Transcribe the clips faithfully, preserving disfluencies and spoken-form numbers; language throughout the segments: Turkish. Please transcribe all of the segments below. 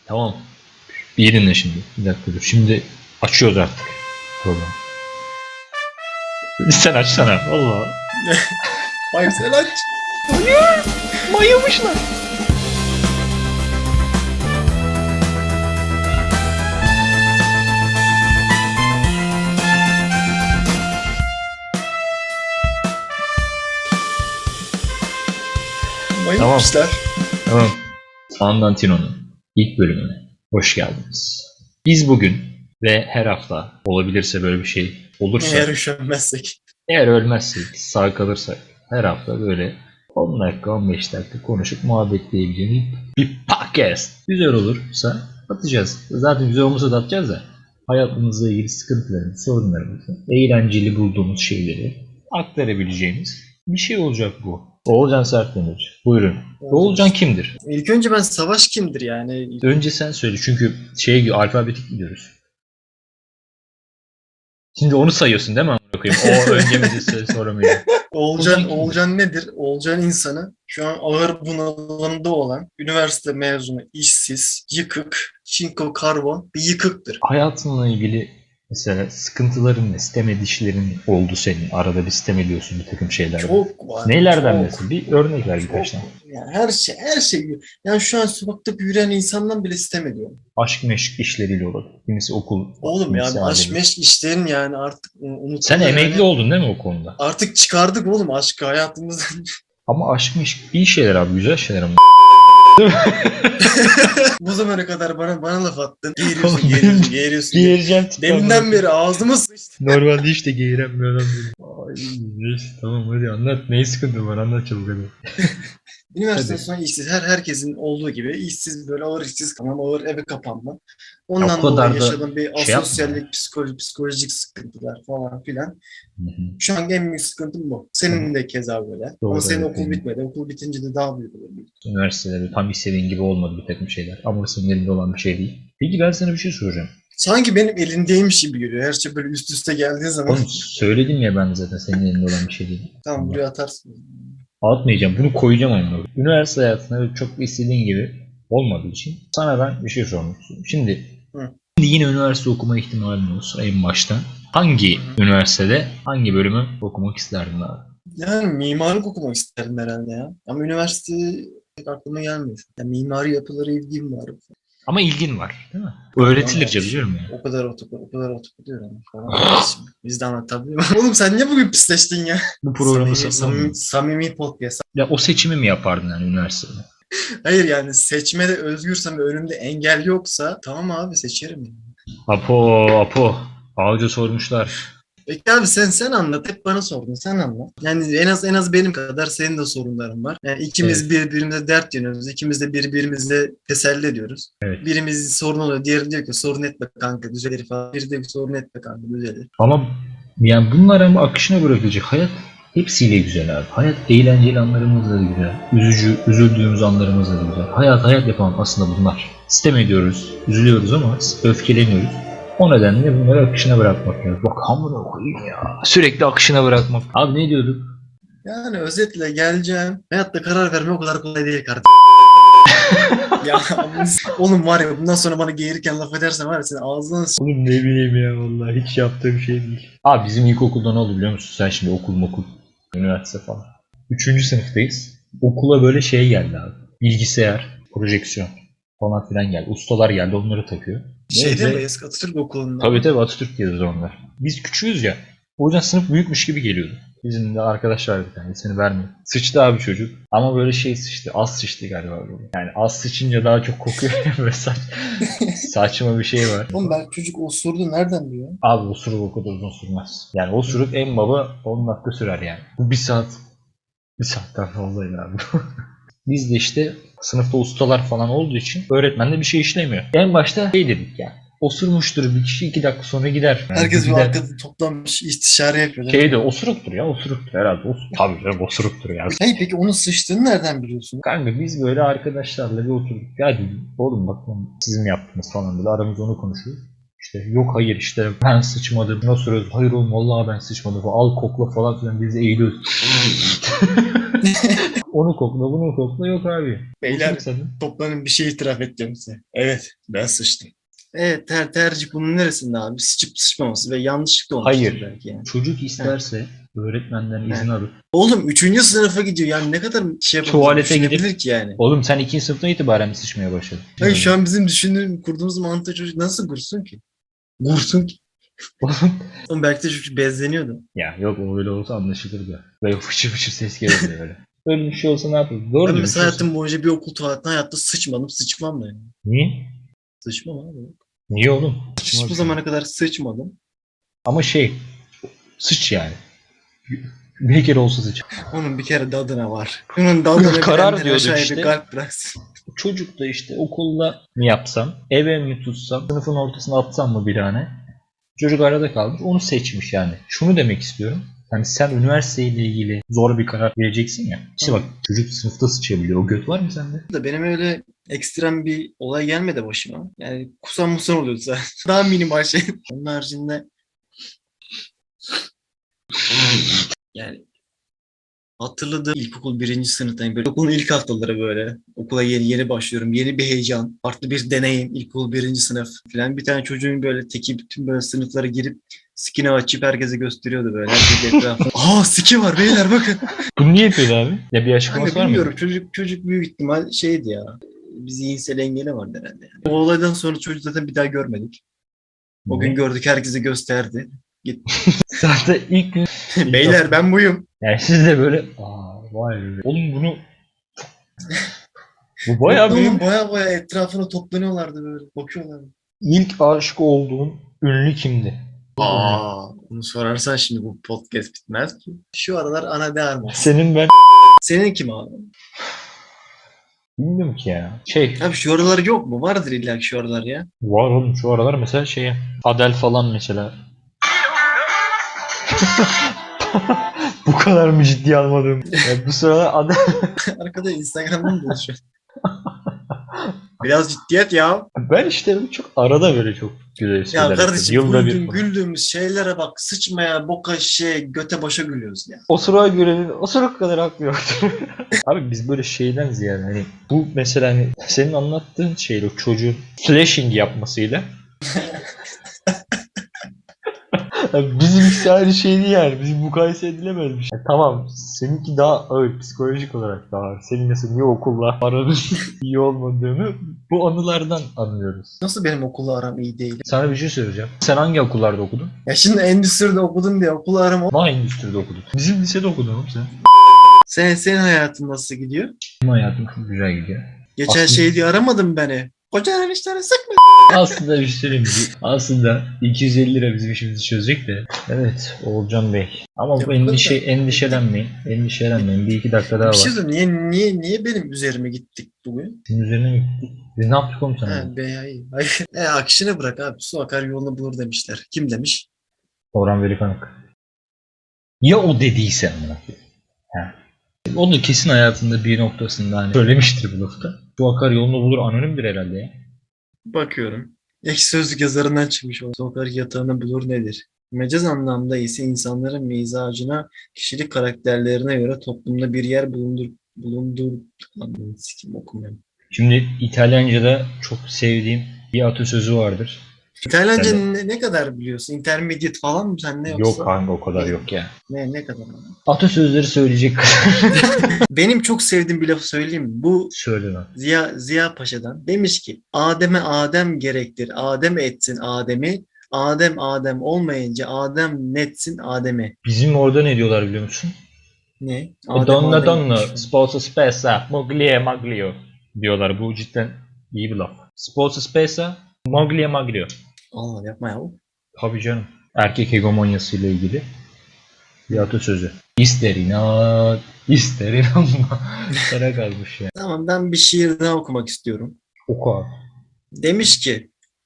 Tamam. Bir dinle şimdi. Bir dakika dur. Şimdi açıyoruz artık programı. Sen açsana. Valla. Hayır sen aç. Mayamışlar. Mayınmışlar. Tamam. Andantino'nun ilk bölümüne hoş geldiniz. Biz bugün ve her hafta olabilirse böyle bir şey olursa, Eğer üşenmezsek. eğer ölmezsek, sağ kalırsak her hafta böyle on dakika on beş dakika konuşup muhabbetleyebileceğimiz bir podcast. Güzel olursa atacağız. Zaten güzel olmasa da atacağız da hayatımızla ilgili sıkıntılarımızı, sorunlarımızı, eğlenceli bulduğumuz şeyleri aktarabileceğimiz bir şey olacak bu. Oğulcan Sertdemir. Buyurun. Oğulcan kimdir? İlk önce ben Savaş kimdir yani? Önce sen söyle çünkü şey gibi alfabetik gidiyoruz. Şimdi onu sayıyorsun değil mi? O önce mi de sonra mı? Oğulcan, kimdir? Oğulcan nedir? Oğulcan insanı şu an ağır bunalımda olan, üniversite mezunu, işsiz, yıkık, çinko karbon bir yıkıktır. Hayatınla ilgili mesela sıkıntıların ne? Sitem edişlerin oldu senin. Arada bir sitem ediyorsun bir takım şeyler. Çok var. Nelerden çok, mesela? Bir örnek ver çok. birkaç tane. Yani her şey, her şey. Yani şu an sokakta yürüyen insandan bile sitem ediyorum. Aşk meşk işleriyle olur. Kimisi okul. Oğlum kimisi yani aşk ailevi. meşk işlerin yani artık unutulur. Sen emekli yani. oldun değil mi o konuda? Artık çıkardık oğlum aşkı hayatımızdan. Ama aşk meşk iyi şeyler abi. Güzel şeyler ama. Bu zamana kadar bana bana laf attın. Geğiriyorsun, geğiriyorsun, geğiriyorsun. Giyireceğim. Deminden beri ağzıma sıçtı. Normalde hiç de giyirem bir adam değilim. Ay neyse tamam hadi anlat. Neyi sıkıntı var anlat çabuk hadi. Üniversiteden Hadi. sonra işsiz, her herkesin olduğu gibi işsiz böyle ağır işsiz kalmam, ağır eve kapanma. Ondan O kadar dolayı da yaşadığım bir şey yapma asosyallik, psikoloji, psikolojik sıkıntılar falan filan. Hı hı. Şu an en büyük sıkıntım bu. Senin de keza böyle. Doğru, Ama senin evet, okul benim. bitmedi. Okul bitince de daha büyük olur. Üniversitede tam istediğin gibi olmadı bir takım şeyler. Ama senin elinde olan bir şey değil. Peki ben sana bir şey soracağım. Sanki benim elimdeymiş gibi geliyor. Her şey böyle üst üste geldiği zaman. Oğlum söyledim ya ben zaten senin elinde olan bir şey değil. Tamam Allah. buraya atarsın. Atmayacağım. Bunu koyacağım önüne. Üniversite hayatında öyle çok istediğin gibi olmadığı için sana ben bir şey sormak istiyorum. Şimdi, Hı. şimdi yine üniversite okuma ihtimalin olsa en baştan hangi Hı. üniversitede hangi bölümü okumak isterdin abi? Yani mimarlık okumak isterim herhalde ya. Ama üniversite pek aklıma gelmiyor. Yani mimari yapılara ilgim var. Ama ilgin var değil mi? Öğretilirce biliyorum ya. O kadar otoku, o kadar otoku diyorum falan. Biz de anlatabiliyor muyum? Oğlum sen niye bugün pisleştin ya? Bu programı Samimi, satın samimi, samimi podcast. Ya o seçimi mi yapardın yani üniversitede? Hayır yani seçmede özgürsem ve önümde engel yoksa tamam abi seçerim. Yani. Apo, Apo. Ağaca sormuşlar. Peki abi sen sen anlat. Hep bana sordun. Sen anlat. Yani en az en az benim kadar senin de sorunların var. Yani ikimiz Evet. birbirimize dert yanıyoruz. İkimiz de birbirimize teselli ediyoruz. Evet. Birimiz sorun oluyor. Diğeri diyor ki sorun etme kanka düzelir falan. Biri diyor ki sorun etme kanka düzelir. Ama yani bunlar ama akışına bırakılacak. Hayat hepsiyle güzel abi. Hayat eğlenceli anlarımızla da güzel. Üzücü, üzüldüğümüz anlarımızla da güzel. Hayat hayat yapan aslında bunlar. Sistem ediyoruz, üzülüyoruz ama öfkeleniyoruz. O nedenle bunları akışına bırakmak lazım. Bak hamura koyayım ya. Sürekli akışına bırakmak. Abi ne diyorduk? Yani özetle geleceğim. Hayatta karar verme o kadar kolay değil kardeşim. Ya oğlum var ya bundan sonra bana geğirirken laf edersen var ya senin ağzından s- Oğlum ne bileyim ya vallahi hiç yaptığım şey değil. Abi bizim ilkokulda ne oldu biliyor musun? Sen şimdi okul okul, üniversite falan. Üçüncü sınıftayız. Okula böyle şey geldi abi. Bilgisayar, projeksiyon falan filan geldi. Ustalar geldi onları takıyor. şey Neyse. değil mi eski Atatürk okulunda? Tabii tabii Atatürk diyoruz onlar. Biz küçüğüz ya. O yüzden sınıf büyükmüş gibi geliyordu. Bizim de arkadaş vardı bir tane seni vermiyor. Sıçtı abi çocuk. Ama böyle şey sıçtı. Az sıçtı galiba böyle. Yani az sıçınca daha çok kokuyor. Böyle saç, saçma bir şey var. Oğlum ben çocuk osurdu nereden diyor? Abi osuruk o kadar uzun sürmez. Yani osuruk en baba on dakika sürer yani. Bu bir saat. Bir saatten fazlaydı abi. Biz de işte sınıfta ustalar falan olduğu için öğretmen de bir şey işlemiyor. En başta şey dedik yani. Osurmuştur bir kişi iki dakika sonra gider. Yani Herkes bir gider. arkada toplanmış istişare yapıyor. Şey de osuruktur ya osuruktur herhalde. Osur, tabii canım osuruktur ya. Hey peki onun sıçtığını nereden biliyorsun? Kanka biz böyle arkadaşlarla bir oturduk. Ya dedim oğlum bak lan siz mi yaptınız falan böyle aramızda onu konuşuyoruz. İşte yok hayır işte ben sıçmadım. Nasıl söylüyoruz? Hayır oğlum vallahi ben sıçmadım. Al kokla falan filan biz de eğiliyoruz. Onu kokla bunu kokla yok abi. Beyler Boşuna sen. toplanın bir şey itiraf edeceğim size. Evet ben sıçtım. Evet ter tercih bunun neresinde abi? Sıçıp sıçmaması ve yanlışlıkla olmuştur Hayır. belki yani. Çocuk isterse öğretmenden izin He. alıp Oğlum üçüncü sınıfa gidiyor yani ne kadar şey yapabilir, tuvalete düşünebilir gidip ki yani. oğlum sen ikinci sınıftan itibaren mi sıçmaya başladın? Hayır şu an bizim düşündüğümüz, kurduğumuz mantığı çocuk nasıl kursun ki? Kursun ki. Oğlum belki de çocuk bezleniyordu. Ya yok o öyle olsa anlaşılırdı. Böyle fışır fışır ses gelirdi böyle. Böyle bir şey olsa ne yapalım? Doğru Ben diyor. mesela hayatım boyunca bir okul tuvaletine hayatta sıçmadım, sıçmam da yani. Niye? Sıçmam abi. Niye oğlum? Hiç bu zamana kadar sıçmadım. Ama şey sıç yani. Bir kere olsa sıç. Onun bir kere dadına var. Bunun dadına Karar bilenler diyorduk aşağıya işte. bir kalp bıraksın. Çocuk da işte okulda mı yapsam, eve mi tutsam, sınıfın ortasına atsam mı bir tane? Çocuk arada kalmış, onu seçmiş yani. Şunu demek istiyorum. Hani sen üniversiteyle ilgili zor bir karar vereceksin ya. İşte bak çocuk sınıfta sıçabiliyor. O göt var mı sende? Da benim öyle ekstrem bir olay gelmedi başıma. Yani kusan musan oluyordu zaten. Daha minimal şey. Onun haricinde yani hatırladığım ilkokul birinci sınıftayım. Böyle okulun ilk haftaları böyle. Okula yeni yeni başlıyorum. Yeni bir heyecan. Farklı bir deneyim. İlkokul birinci sınıf falan. Bir tane çocuğun böyle teki bütün böyle sınıflara girip skini açıp herkese gösteriyordu böyle. Herkes etrafında. Aa ski var beyler bakın. Bunu niye yapıyordu abi? Ya bir açıklaması Kanka var mı? bilmiyorum. Çocuk çocuk büyük ihtimal şeydi ya. Bir zihinsel engeli vardı herhalde. Yani. O olaydan sonra çocuğu zaten bir daha görmedik. O gün gördük herkese gösterdi. Zaten ilk gün Beyler ben buyum. yani siz de böyle aa vay be. Oğlum bunu bu bayağı Oğlum büyük. baya baya etrafına toplanıyorlardı böyle. Bakıyorlardı. İlk aşık olduğun ünlü kimdi? Aa, onu sorarsan şimdi bu podcast bitmez ki. Şu aralar ana de armaz. Senin ben Senin kim abi? bilmiyorum ki ya. Şey Abi şu aralar yok mu? Vardır illa ki şu aralar ya. var oğlum şu aralar mesela şeye Adele falan mesela. Bu kadar mı ciddiye almadım? Ya bu sıralar Adele Arkada Instagram'da mı buluşuyor? Biraz ciddiyet ya. ben işte çok arada böyle çok güzel Ya şeyler yapıyorum. kardeşim Yılda bir güldüğüm, falan. güldüğümüz şeylere bak. Sıçmaya, boka, şey, göte başa gülüyoruz ya. O sıra göre o sıra kadar haklı yoktu. Abi biz böyle şeyden ziyade hani bu mesela hani senin anlattığın şeyle o çocuğun flashing yapmasıyla yani bizimkisi aynı şey değil yani. Bizim mukayese edilemez bir şey. Yani tamam seninki daha ağır psikolojik olarak daha ağır. Senin mesela niye okulla aranın iyi olmadığını bu anılardan anlıyoruz. Nasıl benim okulla aram iyi değil? Sana bir şey söyleyeceğim. Sen hangi okullarda okudun? Ya şimdi endüstride okudum diye okul aram. Hangi endüstride okudun? Bizim lisede okudun oğlum sen. Sen, senin hayatın nasıl gidiyor? Benim hayatım çok güzel gidiyor. Geçen Aslında- şey diye aramadın beni. Koca işleri sıkma. Aslında bir şey söyleyeyim mi? Aslında iki yüz elli lira bizim işimizi çözecek de. Evet Oğulcan Bey. Ama Ya bu bu endişe, kadar. endişelenmeyin. Endişelenmeyin. Bir iki dakika daha Bir şey var. söyleyeyim. Niye, niye, niye benim üzerime gittik bugün? Sizin üzerine gittik. Biz ne yaptık oğlum sana? Ha, be, hayır. Hayır. E, akışına bırak abi. Su akar yolunu bulur demişler. Kim demiş? Orhan Veli Kanık. Ya o dediyse amına koyayım. Ha. O da kesin hayatında bir noktasında hani söylemiştir bu lafta. Şu akar yolunu bulur anonimdir herhalde ya. Bakıyorum. Ekşi Sözlük yazarından çıkmış o. Su akar yatağını bulur nedir? Mecaz anlamda ise insanların mizacına, kişilik karakterlerine göre toplumda bir yer bulundur bulundur Anladın, sikim okumuyorum. Şimdi İtalyanca'da çok sevdiğim bir atasözü vardır. İtalyanca Sen ne, ne kadar biliyorsun? Intermediate falan mı sen ne yoksa? Yok kanka o kadar yok ya. Ne, ne kadar? Atasözleri söyleyecek Benim çok sevdiğim bir lafı söyleyeyim mi? Bu söyle lan. Ziya, Ziya Paşa'dan demiş ki Adem'e Adem gerektir. Adem etsin Adem'i. Adem Adem olmayınca Adem netsin Adem'i. Bizim orada ne diyorlar biliyor musun? Ne? Donna Adem donna, etmiş. sposa spesa, moglie maglio diyorlar. Bu cidden iyi bir laf. Sposa spesa, moglie maglio. Allah yapma ya. Tabii canım. Erkek hegemonyası ile ilgili bir atasözü. İster inat, ister inanma. Sana kalmış ya. Tamam ben bir şiir daha okumak istiyorum. Oku abi. Demiş ki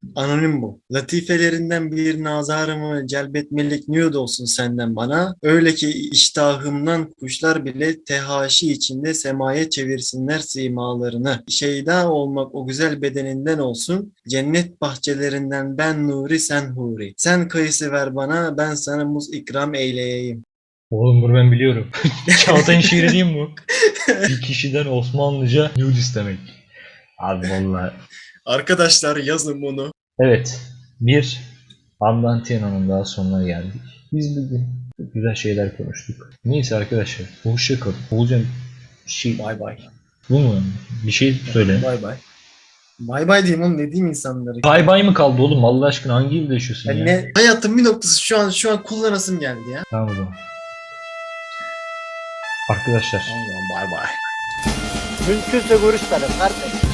Anonim bu. Latifelerinden bir nazarımı celbetmelik nüyod olsun senden bana. Öyle ki iştahımdan kuşlar bile tehaşi içinde semaya çevirsinler simalarını. Şeyda olmak o güzel bedeninden olsun. Cennet bahçelerinden ben nuri sen huri. Sen kayısı ver bana ben sana muz ikram eyleyeyim. Oğlum bunu ben biliyorum. Çağatay'ın şiiri değil mi bu? Bir kişiden Osmanlıca nude istemek. Abi vallahi. Arkadaşlar yazın bunu. Evet. Bir Andantiano'nun daha sonuna geldik. Biz bugün çok güzel şeyler konuştuk. Neyse arkadaşlar. Hoşça kalın. Olacağım şey. Bay bay. Bu mu? Bir şey söyle. Bay bay. Bay bay diyeyim oğlum ne diyeyim insanlara. Bay bay mı kaldı oğlum? Allah aşkına hangi yılda yaşıyorsun Yani ya? ne, hayatın bir noktası şu an şu an kullanasım geldi ya. Tamam o zaman. Arkadaşlar. Tamam bay bay. Mümkünse görüşmedim kardeş.